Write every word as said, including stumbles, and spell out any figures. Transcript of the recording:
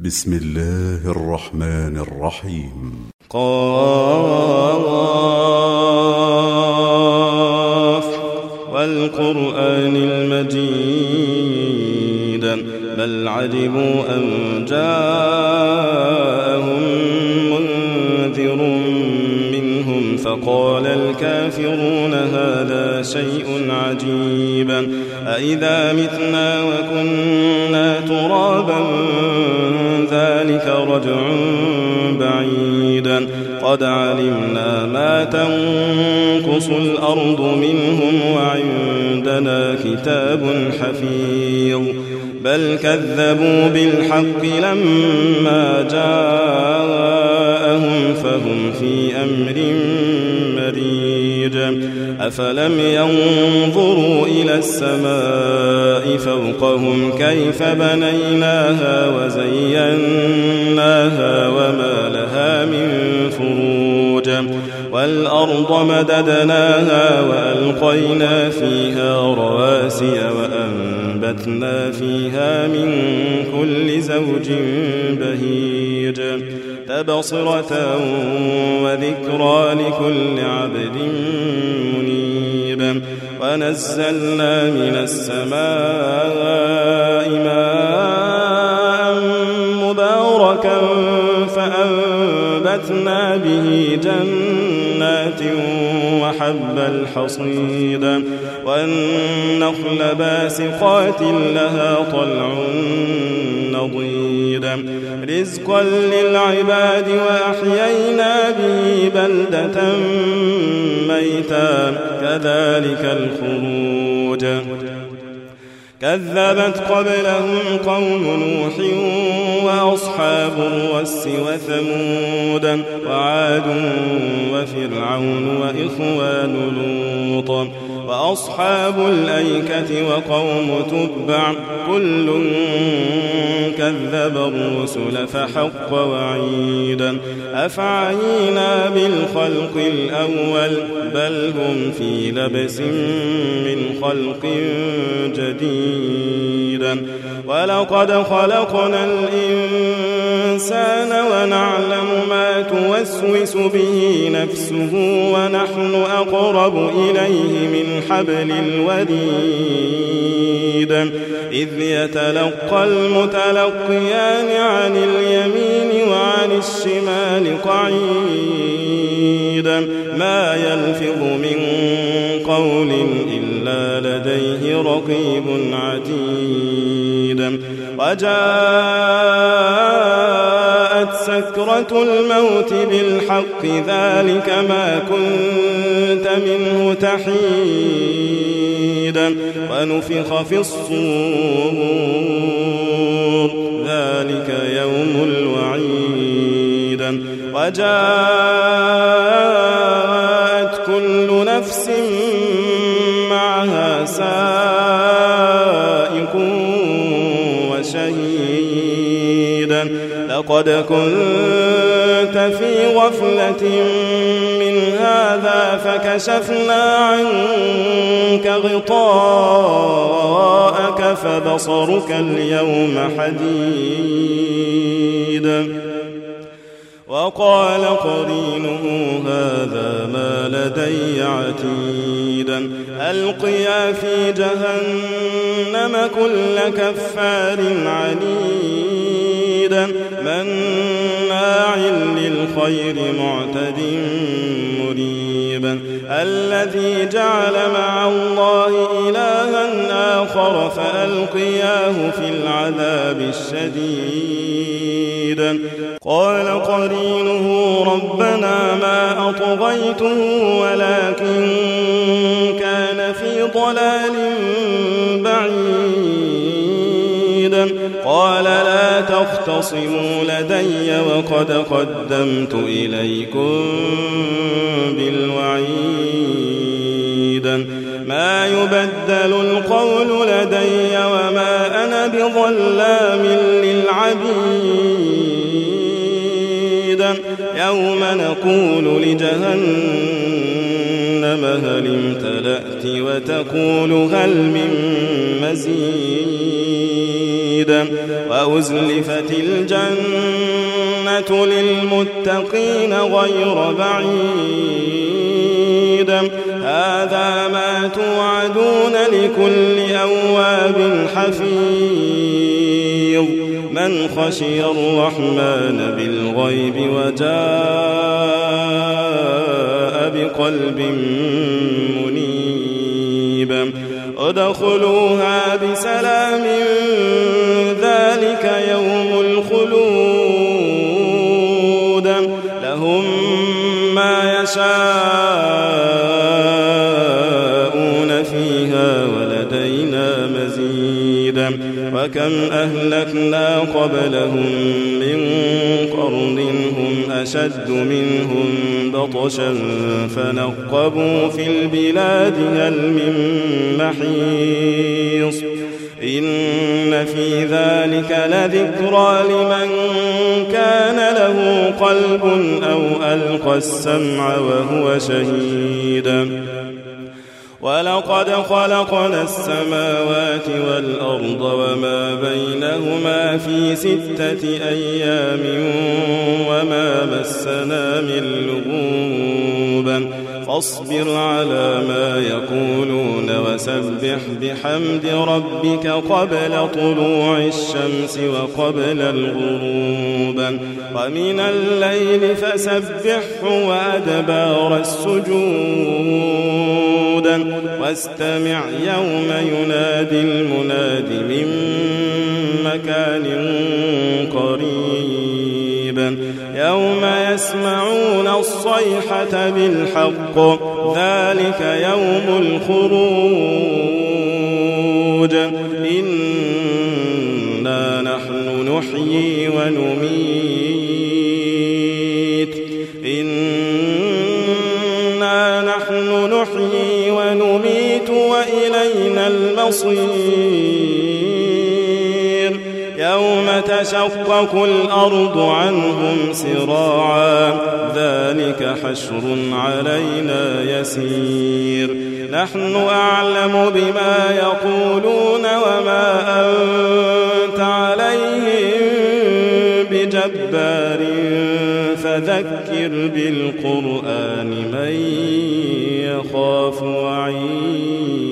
بسم الله الرحمن الرحيم. قاف والقرآن المجيد بل عجبوا أن جاءهم منذر منهم فقال الكافرون هذا شيء عجيب أإذا متنا وكنا ترابا ذلك رجع بعيدا قد علمنا ما تنقص الأرض منهم وعندنا كتاب حفيظ بل كذبوا بالحق لما جاءهم فهم في أمر مريج أفلم ينظروا إلى السماء فوقهم كيف بنيناها وزيناها وما لها من فروج والأرض مددناها وألقينا فيها رواسي وأنبتنا فيها من كل زوج بهيج تبصرة وذكرى لكل عبد منيب ونزلنا من السماء ماء مباركا فأنبتنا به جنات وحب الحصيد والنخل باسقات لها طلع نضيد رزقا للعباد وأحيينا به بلدة ميتا كذلك الخروج كذبت قبلهم قوم نوح وأصحاب الرس وثمود وعاد وفرعون وإخوان لوط وأصحاب الأيكة وقوم تبع كل كذب الرسل فحق وعيدا أفعينا بالخلق الأول بل هم في لبس من خلق جديد ولقد خلقنا الإنسان ونعلم ما توسوس به نفسه ونحن أقرب إليه من حبل الوريد إذ يتلقى المتلقيان عن اليمين وعن الشمال قعيد ما يلفظ من قول إلا لديه رقيب عتيد وجاءت سكرة الموت بالحق ذلك ما كنت منه تحيدا ونفخ في الصور ذلك يوم الوعيد وجاءت كل نفس معها سائق وشهيد لقد كنت في غفلة من هذا فكشفنا عنك غطاءك فبصرك اليوم حديد وقال قرينه هذا ما لدي عتيدا ألقيا في جهنم كل كفار عنيد مناع للخير معتد مريبا الذي جعل مع الله إلها آخر فألقياه في العذاب الشديد قال قرينه ربنا ما أطغيته ولكن كان في ضلال بعيد قال لا تختصموا لدي وقد قدمت إليكم بالوعيد ما يبدل القول لدي وما أنا بظلام للعبيد يوم نقول لجهنم هل امتلأت وتقول هل من مزيد وأزلفت الجنة للمتقين غير بعيد هذا ما توعدون لكل أواب حفيظ من خشي الرحمن بالغيب وجاء بقلب منيب ادخلوها بسلام ذلك يوم الخلود لهم ما يشاءون فيها ولدينا مزيد وكم أهلكنا قبلهم من قرن هم أشد منهم بطشا فنقبوا في البلاد هل من محيص إن في ذلك لذكرى لمن كان له قلب أو ألقى السمع وهو شهيد ولقد خلقنا السماوات والأرض وما بينهما في ستة أيام وما مسنا من لغوب فاصبر على ما يقولون وسبح بحمد ربك قبل طلوع الشمس وقبل الغروب ومن الليل فسبحه وأدبار السجود واستمع يوم ينادي المناد من مكان قريب يوم يسمعون الصيحة بالحق ذلك يوم الخروج إنا نحن نحيي ونميت إنا نحن نحيي ونميت وإلينا المصير يوم تشقق الأرض عنهم سراعا ذلك حشر علينا يسير نحن أعلم بما يقولون وما أنت عليهم بجبار فذكر بالقرآن من يخاف وعيد